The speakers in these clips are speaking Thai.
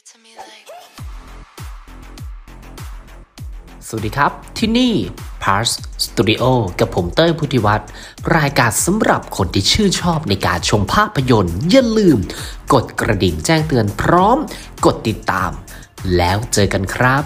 สวัสดีครับที่นี่ Pars Studio กับผมเต้ยพุทธิวัฒน์รายการสำหรับคนที่ชื่นชอบในการชมภาพยนตร์อย่าลืมกดกระดิ่งแจ้งเตือนพร้อมกดติดตามแล้วเจอกันครับ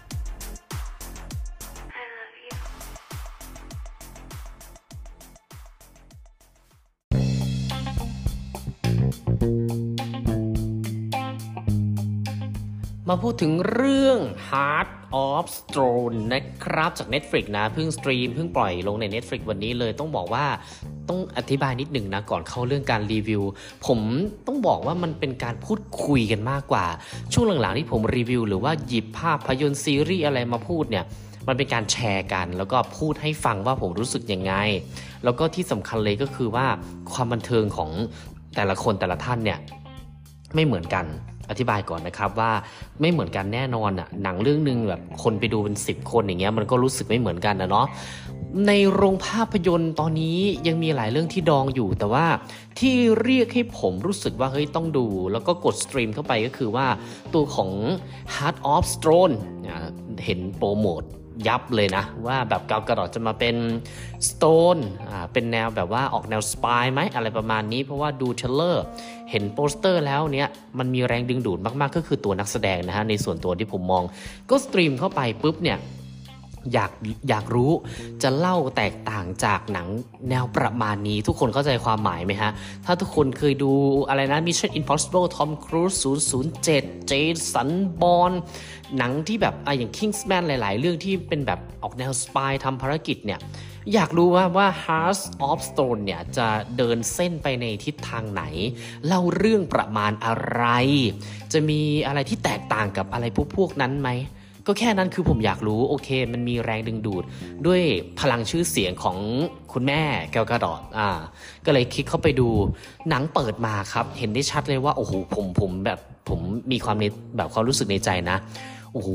มาพูดถึงเรื่อง Heart of Stone นะครับจาก Netflix นะเพิ่งสตรีมเพิ่งปล่อยลงใน Netflix วันนี้เลยต้องบอกว่าต้องอธิบายนิดหนึ่งนะก่อนเข้าเรื่องการรีวิวผมต้องบอกว่ามันเป็นการพูดคุยกันมากกว่าช่วงหลังๆที่ผมรีวิวหรือว่าหยิบภาพยนตร์ซีรีส์อะไรมาพูดเนี่ยมันเป็นการแชร์กันแล้วก็พูดให้ฟังว่าผมรู้สึกยังไงแล้วก็ที่สำคัญเลยก็คือว่าความบันเทิงของแต่ละคนแต่ละท่านเนี่ยไม่เหมือนกันอธิบายก่อนนะครับว่าไม่เหมือนกันแน่นอนอ่ะหนังเรื่องนึงแบบคนไปดูเป็น10คนอย่างเงี้ยมันก็รู้สึกไม่เหมือนกันนะเนาะในโรงภาพยนตร์ตอนนี้ยังมีหลายเรื่องที่ดองอยู่แต่ว่าที่เรียกให้ผมรู้สึกว่าเฮ้ยต้องดูแล้วก็กดสตรีมเข้าไปก็คือว่าตัวของ Heart of Stone เห็นโปรโมทยับเลยนะว่าแบบเกาลาดอทจะมาเป็น Stone เป็นแนวแบบว่าออกแนวสปายไหมอะไรประมาณนี้เพราะว่าดูเทรลเลอร์เห็นโปสเตอร์แล้วเนี่ยมันมีแรงดึงดูดมากๆก็คือตัวนักแสดงนะฮะในส่วนตัวที่ผมมองก็สตรีมเข้าไปปุ๊บเนี่ยอยากรู้จะเล่าแตกต่างจากหนังแนวประมาณนี้ทุกคนเข้าใจความหมายไหมฮะถ้าทุกคนเคยดูอะไรนะ Mission Impossible Tom Cruise 007 Jason Bourne หนังที่แบบอย่าง Kingsman หลายๆเรื่องที่เป็นแบบออกแนวสปายทำภารกิจเนี่ยอยากรู้ว่า Heart of Stone เนี่ยจะเดินเส้นไปในทิศทางไหนเล่าเรื่องประมาณอะไรจะมีอะไรที่แตกต่างกับอะไรพวกนั้นไหมก็แค่นั้นคือผมอยากรู้โอเคมันมีแรงดึงดูดด้วยพลังชื่อเสียงของคุณแม่แกลกาดอทก็เลยคลิกเข้าไปดูหนังเปิดมาครับเห็นได้ชัดเลยว่าโอ้โหผมมีความรู้สึกในใจนะโอ้โห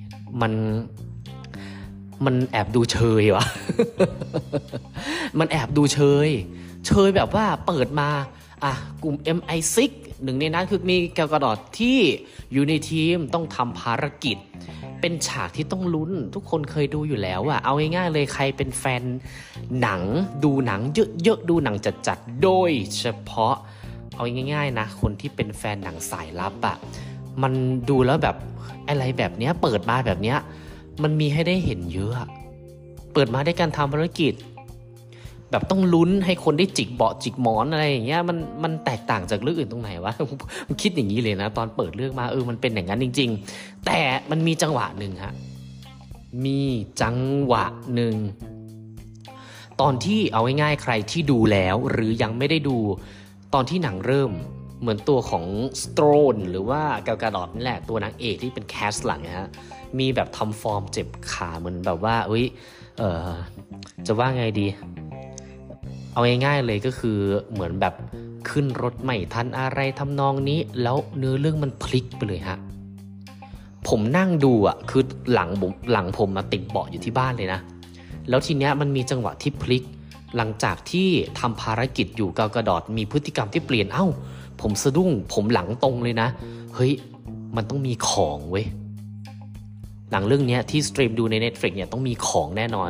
มันแอบดูเชยวะ มันแอบดูเชยแบบว่าเปิดมากลุ่ม MI6 หนึ่งในนั้นคือมีแกลกาดอทที่อยู่ในทีมต้องทำภารกิจเป็นฉากที่ต้องลุ้นทุกคนเคยดูอยู่แล้วเอาง่ายๆเลยใครเป็นแฟนหนังดูหนังเยอะๆดูหนังจัดๆโดยเฉพาะเอาง่ายๆนะคนที่เป็นแฟนหนังสายลับมันดูแล้วแบบอะไรแบบเนี้ยเปิดมาแบบเนี้ยมันมีให้ได้เห็นเยอะเปิดมาได้การทำภารกิจแบบต้องลุ้นให้คนได้จิกเบาะจิกหมอนอะไรอย่างเงี้ยมันแตกต่างจากเรื่องอื่นตรงไหนวะ คิดอย่างนี้เลยนะตอนเปิดเรื่องมามันเป็นอย่างนั้นจริงๆแต่มันมีจังหวะหนึ่งฮะมีจังหวะหนึ่งตอนที่เอาง่ายๆใครที่ดูแล้วหรือยังไม่ได้ดูตอนที่หนังเริ่มเหมือนตัวของสโตนหรือว่าแกลกาดอทนี่แหละตัวนางเอกที่เป็นแคสหลังฮะมีแบบทำฟอร์มเจ็บขาเหมือนแบบว่าจะว่าไงดีเอาง่ายๆเลยก็คือเหมือนแบบขึ้นรถไม่ทันอะไรทำนองนี้แล้วเนื้อเรื่องมันพลิกไปเลยฮะผมนั่งดูคือหลังผมมาติดเบาะอยู่ที่บ้านเลยนะแล้วทีเนี้ยมันมีจังหวะที่พลิกหลังจากที่ทำภารกิจอยู่แกลกาดอทมีพฤติกรรมที่เปลี่ยนผมสะดุ้งผมหลังตรงเลยนะเฮ้ยมันต้องมีของเว้ยหนังเรื่องนี้ที่สตรีมดูใน Netflix เนี่ยต้องมีของแน่นอน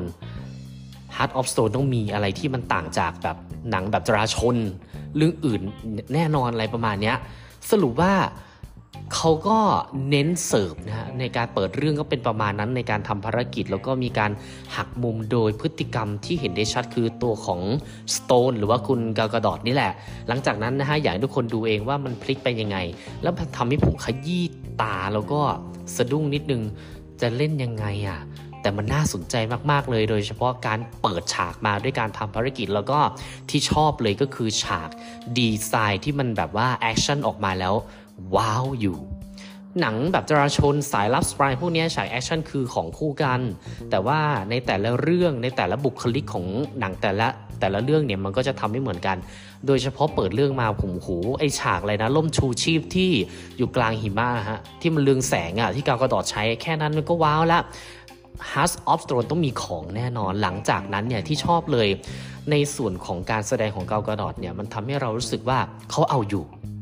Heart of Stone ต้องมีอะไรที่มันต่างจากแบบหนังแบบจราชนเรื่องอื่นแน่นอนอะไรประมาณนี้สรุปว่าเขาก็เน้นเสิร์ฟนะฮะในการเปิดเรื่องก็เป็นประมาณนั้นในการทำภารกิจแล้วก็มีการหักมุมโดยพฤติกรรมที่เห็นได้ชัดคือตัวของ Stone หรือว่าคุณแกลกาดอทนี่แหละหลังจากนั้นนะฮะอยากให้ทุกคนดูเองว่ามันพลิกไปยังไงแล้วทำให้ผมขยี้ตาแล้วก็สะดุ้งนิดนึงจะเล่นยังไงแต่มันน่าสนใจมากๆเลยโดยเฉพาะการเปิดฉากมาด้วยการทำภารกิจแล้วก็ที่ชอบเลยก็คือฉากดีไซน์ที่มันแบบว่าแอคชั่นออกมาแล้วว้าวอยู่หนังแบบจราชนสายลับสปายพวกนี้ฉากแอคชั่นคือของคู่กันแต่ว่าในแต่ละเรื่องในแต่ละบุคลิกของหนังแต่ละเรื่องเนี่ยมันก็จะทำไม่เหมือนกันโดยเฉพาะเปิดเรื่องมาผมไอฉากอะไรนะล่มชูชีพที่อยู่กลางหิมะฮะที่มันเรืองแสงที่แกลกาดอทใช้แค่นั้นมันก็ว้าวละHeart of Stone ต้องมีของแน่นอนหลังจากนั้นเนี่ยที่ชอบเลยในส่วนของการแสดงของแกลกาดอทเนี่ยมันทำให้เรารู้สึกว่าเขาเอาอยู่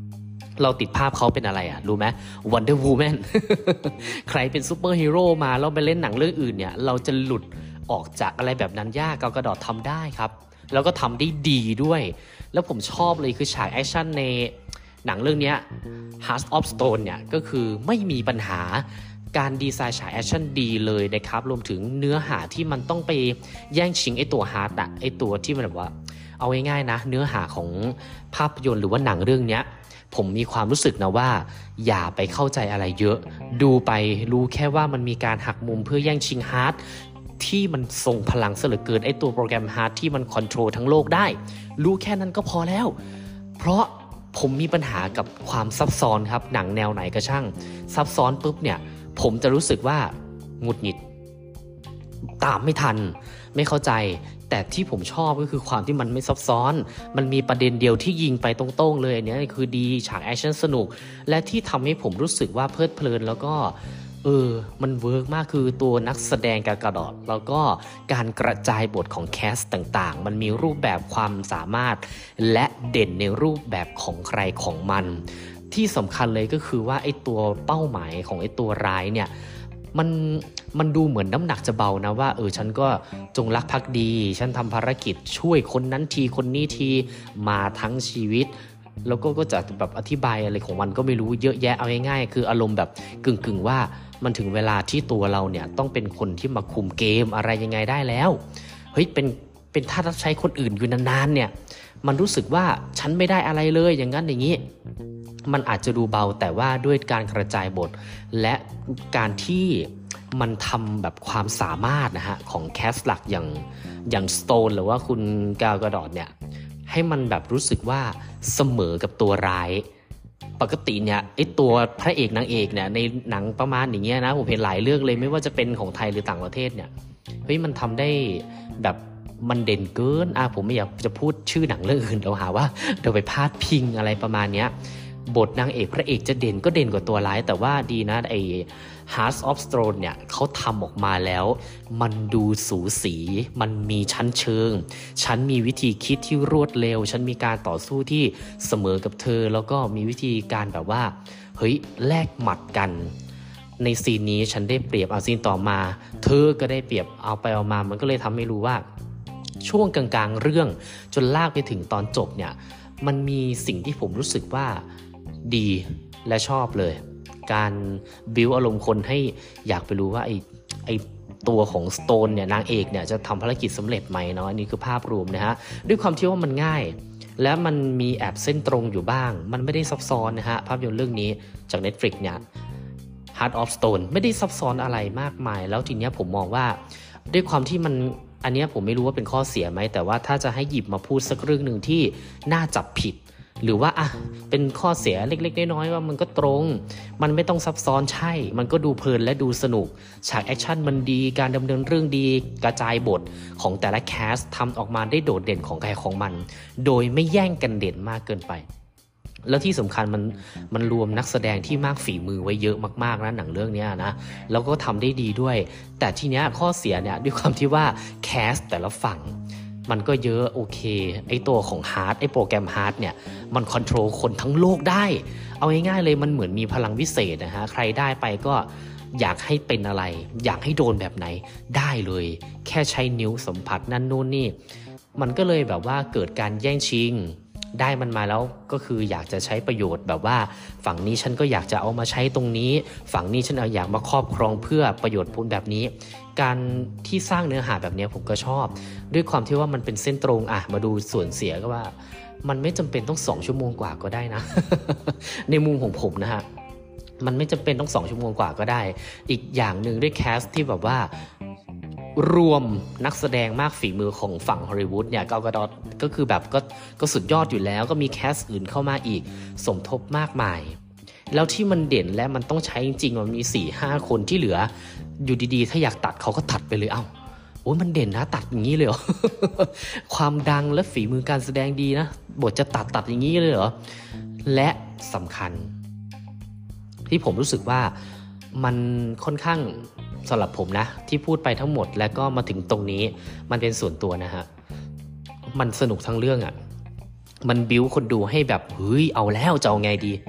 เราติดภาพเขาเป็นอะไรอ่ะรู้ไหม Wonder Woman ใครเป็นซูเปอร์ฮีโร่มาแล้วไปเล่นหนังเรื่องอื่นเนี่ยเราจะหลุดออกจากอะไรแบบนั้นยากเกาลกระดอททำได้ครับแล้วก็ทำได้ดีด้วยแล้วผมชอบเลยคือฉากแอคชั่นในหนังเรื่องนี้ Heart of Stone เนี่ยก็คือไม่มีปัญหาการดีไซน์ฉากแอคชั่นดีเลยนะครับรวมถึงเนื้อหาที่มันต้องไปแย่งชิงไอตัวฮาร์ดอะไอตัวที่มันแบบว่าเอาง่ายๆนะเนื้อหาของภาพยนตร์หรือว่าหนังเรื่องนี้ผมมีความรู้สึกนะว่าอย่าไปเข้าใจอะไรเยอะดูไปรู้แค่ว่ามันมีการหักมุมเพื่อแย่งชิงฮาร์ดที่มันทรงพลังเสลือเกินไอตัวโปรแกรมฮาร์ดที่มันคอนโทรลทั้งโลกได้รู้แค่นั้นก็พอแล้วเพราะผมมีปัญหากับความซับซ้อนครับหนังแนวไหนก็ช่างซับซ้อนปุ๊บเนี่ยผมจะรู้สึกว่าหงุดหงิดตามไม่ทันไม่เข้าใจแต่ที่ผมชอบก็คือความที่มันไม่ซับซ้อนมันมีประเด็นเดียวที่ยิงไปตรงๆเลยอันนี้คือดีฉากแอคชั่นสนุกและที่ทำให้ผมรู้สึกว่าเพลิดเพลินแล้วก็มันเวิร์กมากคือตัวนักแสดงการกระโดดแล้วก็การกระจายบทของแคสต่างๆมันมีรูปแบบความสามารถและเด่นในรูปแบบของใครของมันที่สำคัญเลยก็คือว่าไอ้ตัวเป้าหมายของไอ้ตัวร้ายเนี่ยมันดูเหมือนน้ำหนักจะเบานะว่าฉันก็จงรักภักดีฉันทำภารกิจช่วยคนนั้นทีคนนี้ทีมาทั้งชีวิตแล้วก็จะแบบอธิบายอะไรของมันก็ไม่รู้เยอะแยะเอาง่ายๆคืออารมณ์แบบกึ่งว่ามันถึงเวลาที่ตัวเราเนี่ยต้องเป็นคนที่มาคุมเกมอะไรยังไงได้แล้วเฮ้ยเป็นทาสรับใช้คนอื่นอยู่นานๆเนี่ยมันรู้สึกว่าฉันไม่ได้อะไรเลยอย่างนั้นอย่างนี้มันอาจจะดูเบาแต่ว่าด้วยการกระจายบทและการที่มันทำแบบความสามารถนะฮะของแคสหลักอย่างสโตนหรือว่าคุณกาลกาดอตเนี่ยให้มันแบบรู้สึกว่าเสมอกับตัวร้ายปกติเนี่ยไอตัวพระเอกนางเอกเนี่ยในหนังประมาณอย่างเงี้ยนะผมเห็นหลายเรื่องเลยไม่ว่าจะเป็นของไทยหรือต่างประเทศเนี่ยเฮ้ยมันทำได้แบบมันเด่นเกินผมไม่อยากจะพูดชื่อหนังเรื่องอื่นเราหาว่าเราไปพาดพิงอะไรประมาณเนี้ยบทนางเอกพระเอกจะเด่นก็เด่นกว่าตัวร้ายแต่ว่าดีนะไอ้ Heart of Stone เนี่ยเขาทำออกมาแล้วมันดูสูสีมันมีชั้นเชิงฉันมีวิธีคิดที่รวดเร็วฉันมีการต่อสู้ที่เสมอกับเธอแล้วก็มีวิธีการแบบว่าเฮ้ยแลกหมัดกันในซีนนี้ฉันได้เปรียบซีนต่อมาเธอก็ได้เปรียบเอาไปเอามามันก็เลยทำให้รู้ว่าช่วงกลางๆเรื่องจนลากไปถึงตอนจบเนี่ยมันมีสิ่งที่ผมรู้สึกว่าดีและชอบเลยการบิวอารมณ์คนให้อยากไปรู้ว่าไอตัวของสโตนเนี่ยนางเอกเนี่ยจะทำภารกิจสำเร็จไหมเนาะอันนี้คือภาพรวมนะฮะด้วยความที่ว่ามันง่ายและมันมีแอบเส้นตรงอยู่บ้างมันไม่ได้ซับซ้อนนะฮะภาพยนตร์เรื่องนี้จาก Netflix เนี่ย Heart of Stone ไม่ได้ซับซ้อนอะไรมากมายแล้วทีเนี้ยผมมองว่าด้วยความที่มันอันนี้ผมไม่รู้ว่าเป็นข้อเสียไหมแต่ว่าถ้าจะให้หยิบมาพูดสักเรื่องหนึ่งที่น่าจับผิดหรือว่าเป็นข้อเสียเล็กๆน้อยๆว่ามันก็ตรงมันไม่ต้องซับซ้อนใช่มันก็ดูเพลินและดูสนุกฉากแอคชั่นมันดีการดำเนินเรื่องดีกระจายบทของแต่ละแคสทำออกมาได้โดดเด่นของใครของมันโดยไม่แย่งกันเด่นมากเกินไปแล้วที่สำคัญมันรวมนักแสดงที่มากฝีมือไว้เยอะมากๆนะหนังเรื่องนี้นะแล้วก็ทำได้ดีด้วยแต่ทีเนี้ยข้อเสียเนี่ยด้วยความที่ว่าแคสแต่ละฝั่งมันก็เยอะโอเคไอตัวของฮาร์ดไอโปรแกรมฮาร์ดเนี่ยมันคอนโทรลคนทั้งโลกได้เอาง่ายๆเลยมันเหมือนมีพลังวิเศษนะฮะใครได้ไปก็อยากให้เป็นอะไรอยากให้โดนแบบไหนได้เลยแค่ใช้นิ้วสัมผัสนั่นนู่นนี่มันก็เลยแบบว่าเกิดการแย่งชิงได้มันมาแล้วก็คืออยากจะใช้ประโยชน์แบบว่าฝั่งนี้ฉันก็อยากจะเอามาใช้ตรงนี้ฝั่งนี้ฉันอยากมาครอบครองเพื่อประโยชน์ผลแบบนี้การที่สร้างเนื้อหาแบบนี้ผมก็ชอบด้วยความที่ว่ามันเป็นเส้นตรงมาดูส่วนเสียก็ว่ามันไม่จำเป็นต้อง2 ชั่วโมงกว่าก็ได้นะ ในมุมของผมนะฮะมันไม่จำเป็นต้อง2 ชั่วโมงกว่าก็ได้อีกอย่างหนึ่งด้วยแคสที่แบบว่ารวมนักแสดงมากฝีมือของฝั่งฮอลลีวูดเนี่ยกาลกาดอตก็คือแบบก็สุดยอดอยู่แล้วก็มีแคสอื่นเข้ามาอีกสมทบมากมายแล้วที่มันเด่นและมันต้องใช้จริงๆมันมี 4-5 คนที่เหลืออยู่ดีๆถ้าอยากตัดเขาก็ตัดไปเลยโอ้ยมันเด่นนะตัดอย่างนี้เลยเหรอ ความดังและฝีมือการแสดงดีนะบทจะตัดอย่างนี้เลยเหรอและสำคัญที่ผมรู้สึกว่ามันค่อนข้างสำหรับผมนะที่พูดไปทั้งหมดแล้วก็มาถึงตรงนี้มันเป็นส่วนตัวนะฮะมันสนุกทั้งเรื่องมันบิ้วคนดูให้แบบเฮ้ยเอาแล้วจะเอาไงดี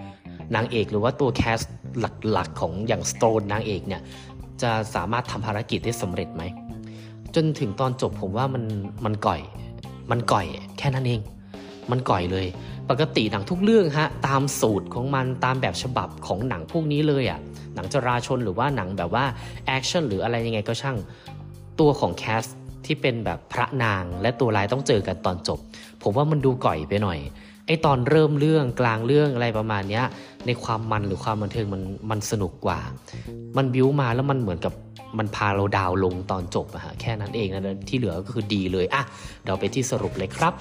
นางเอกหรือว่าตัวแคสหลักๆของอย่างสโตนนางเอกเนี่ยจะสามารถทำภารกิจได้สำเร็จไหมจนถึงตอนจบผมว่ามันก่อยแค่นั้นเองมันก่อยเลยปกติหนังทุกเรื่องฮะตามสูตรของมันตามแบบฉบับของหนังพวกนี้เลยอ่ะหนังจราชนหรือว่าหนังแบบว่าแอคชั่นหรืออะไรยังไงก็ช่างตัวของแคสที่เป็นแบบพระนางและตัวร้ายต้องเจอกันตอนจบผมว่ามันดูก่อยไปหน่อยไอตอนเริ่มเรื่องกลางเรื่องอะไรประมาณเนี้ยในความมันหรือความบันเทิงมันสนุกกว่ามันบิ้วมาแล้วมันเหมือนกับมันพาเราดาวลงตอนจบอะฮะแค่นั้นเองนะที่เหลือก็คือดีเลยอ่ะเดี๋ยวไปที่สรุปเลยครับ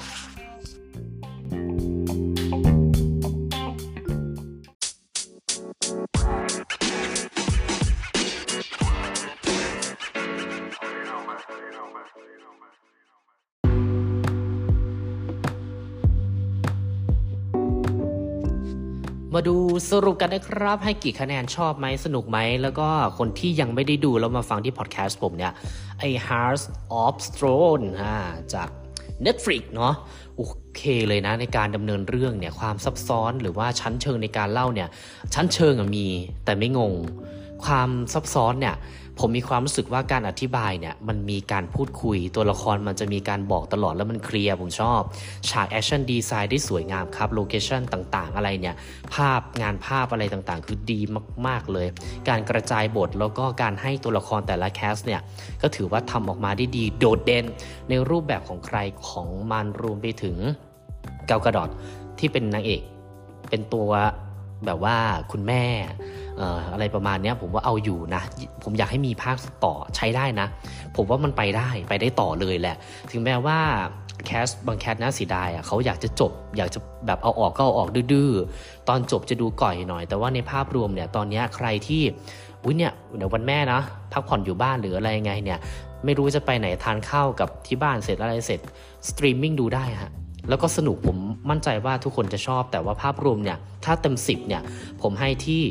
มาดูสรุปกันนะครับให้กี่คะแนนชอบไหมสนุกไหมแล้วก็คนที่ยังไม่ได้ดูแล้วมาฟังที่พอดแคสต์ผมเนี่ยไอ้ Hearts of Stone จาก Netflix เนาะโอเคเลยนะในการดำเนินเรื่องเนี่ยความซับซ้อนหรือว่าชั้นเชิงในการเล่าเนี่ยชั้นเชิงมีแต่ไม่งงความซับซ้อนเนี่ยผมมีความรู้สึกว่าการอธิบายเนี่ยมันมีการพูดคุยตัวละครมันจะมีการบอกตลอดแล้วมันเคลียร์ผมชอบฉากแอคชั่นดีไซน์ได้สวยงามครับโลเคชั่นต่างๆอะไรเนี่ยภาพงานภาพอะไรต่างๆคือดีมากๆเลยการกระจายบทแล้วก็การให้ตัวละครแต่ละแคสเนี่ยก็ถือว่าทำออกมาได้ดีโดดเด่นในรูปแบบของใครของมันรวมไปถึงเกล กาดอตที่เป็นนางเอกเป็นตัวแบบว่าคุณแม่อะไรประมาณนี้ผมว่าเอาอยู่นะผมอยากให้มีภาคต่อใช้ได้นะผมว่ามันไปได้ต่อเลยแหละถึงแม้ว่าบางแคสน่าเสียดายเขาอยากจะจบอยากจะแบบเอาออกก็เอาออกดื้อๆตอนจบจะดูก่อยหน่อยแต่ว่าในภาพรวมเนี่ยตอนนี้ใครที่เนี่ยเดี๋ยววันแม่นะพักผ่อนอยู่บ้านหรืออะไรไงเนี่ยไม่รู้จะไปไหนทานข้าวกับที่บ้านเสร็จอะไรเสร็จสตรีมมิ่งดูได้ฮะแล้วก็สนุกผมมั่นใจว่าทุกคนจะชอบแต่ว่าภาพรวมเนี่ยถ้าเต็ม10เนี่ยผมให้ที่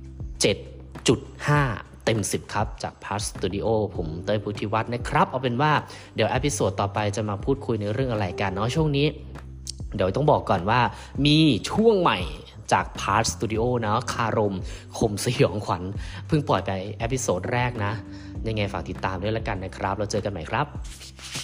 7.5 เต็ม 10ครับจาก Past Studio ผมเต้ยพุทธิวัฒน์นะครับเอาเป็นว่าเดี๋ยวเอพิโซดต่อไปจะมาพูดคุยในเรื่องอะไรกันเนาะช่วงนี้เดี๋ยวต้องบอกก่อนว่ามีช่วงใหม่จาก Past Studio นะคารมคมสยองขวัญเพิ่งปล่อยไปเอพิโซดแรกนะยังไงฝากติดตามด้วยละกันนะครับเราเจอกันใหม่ครับ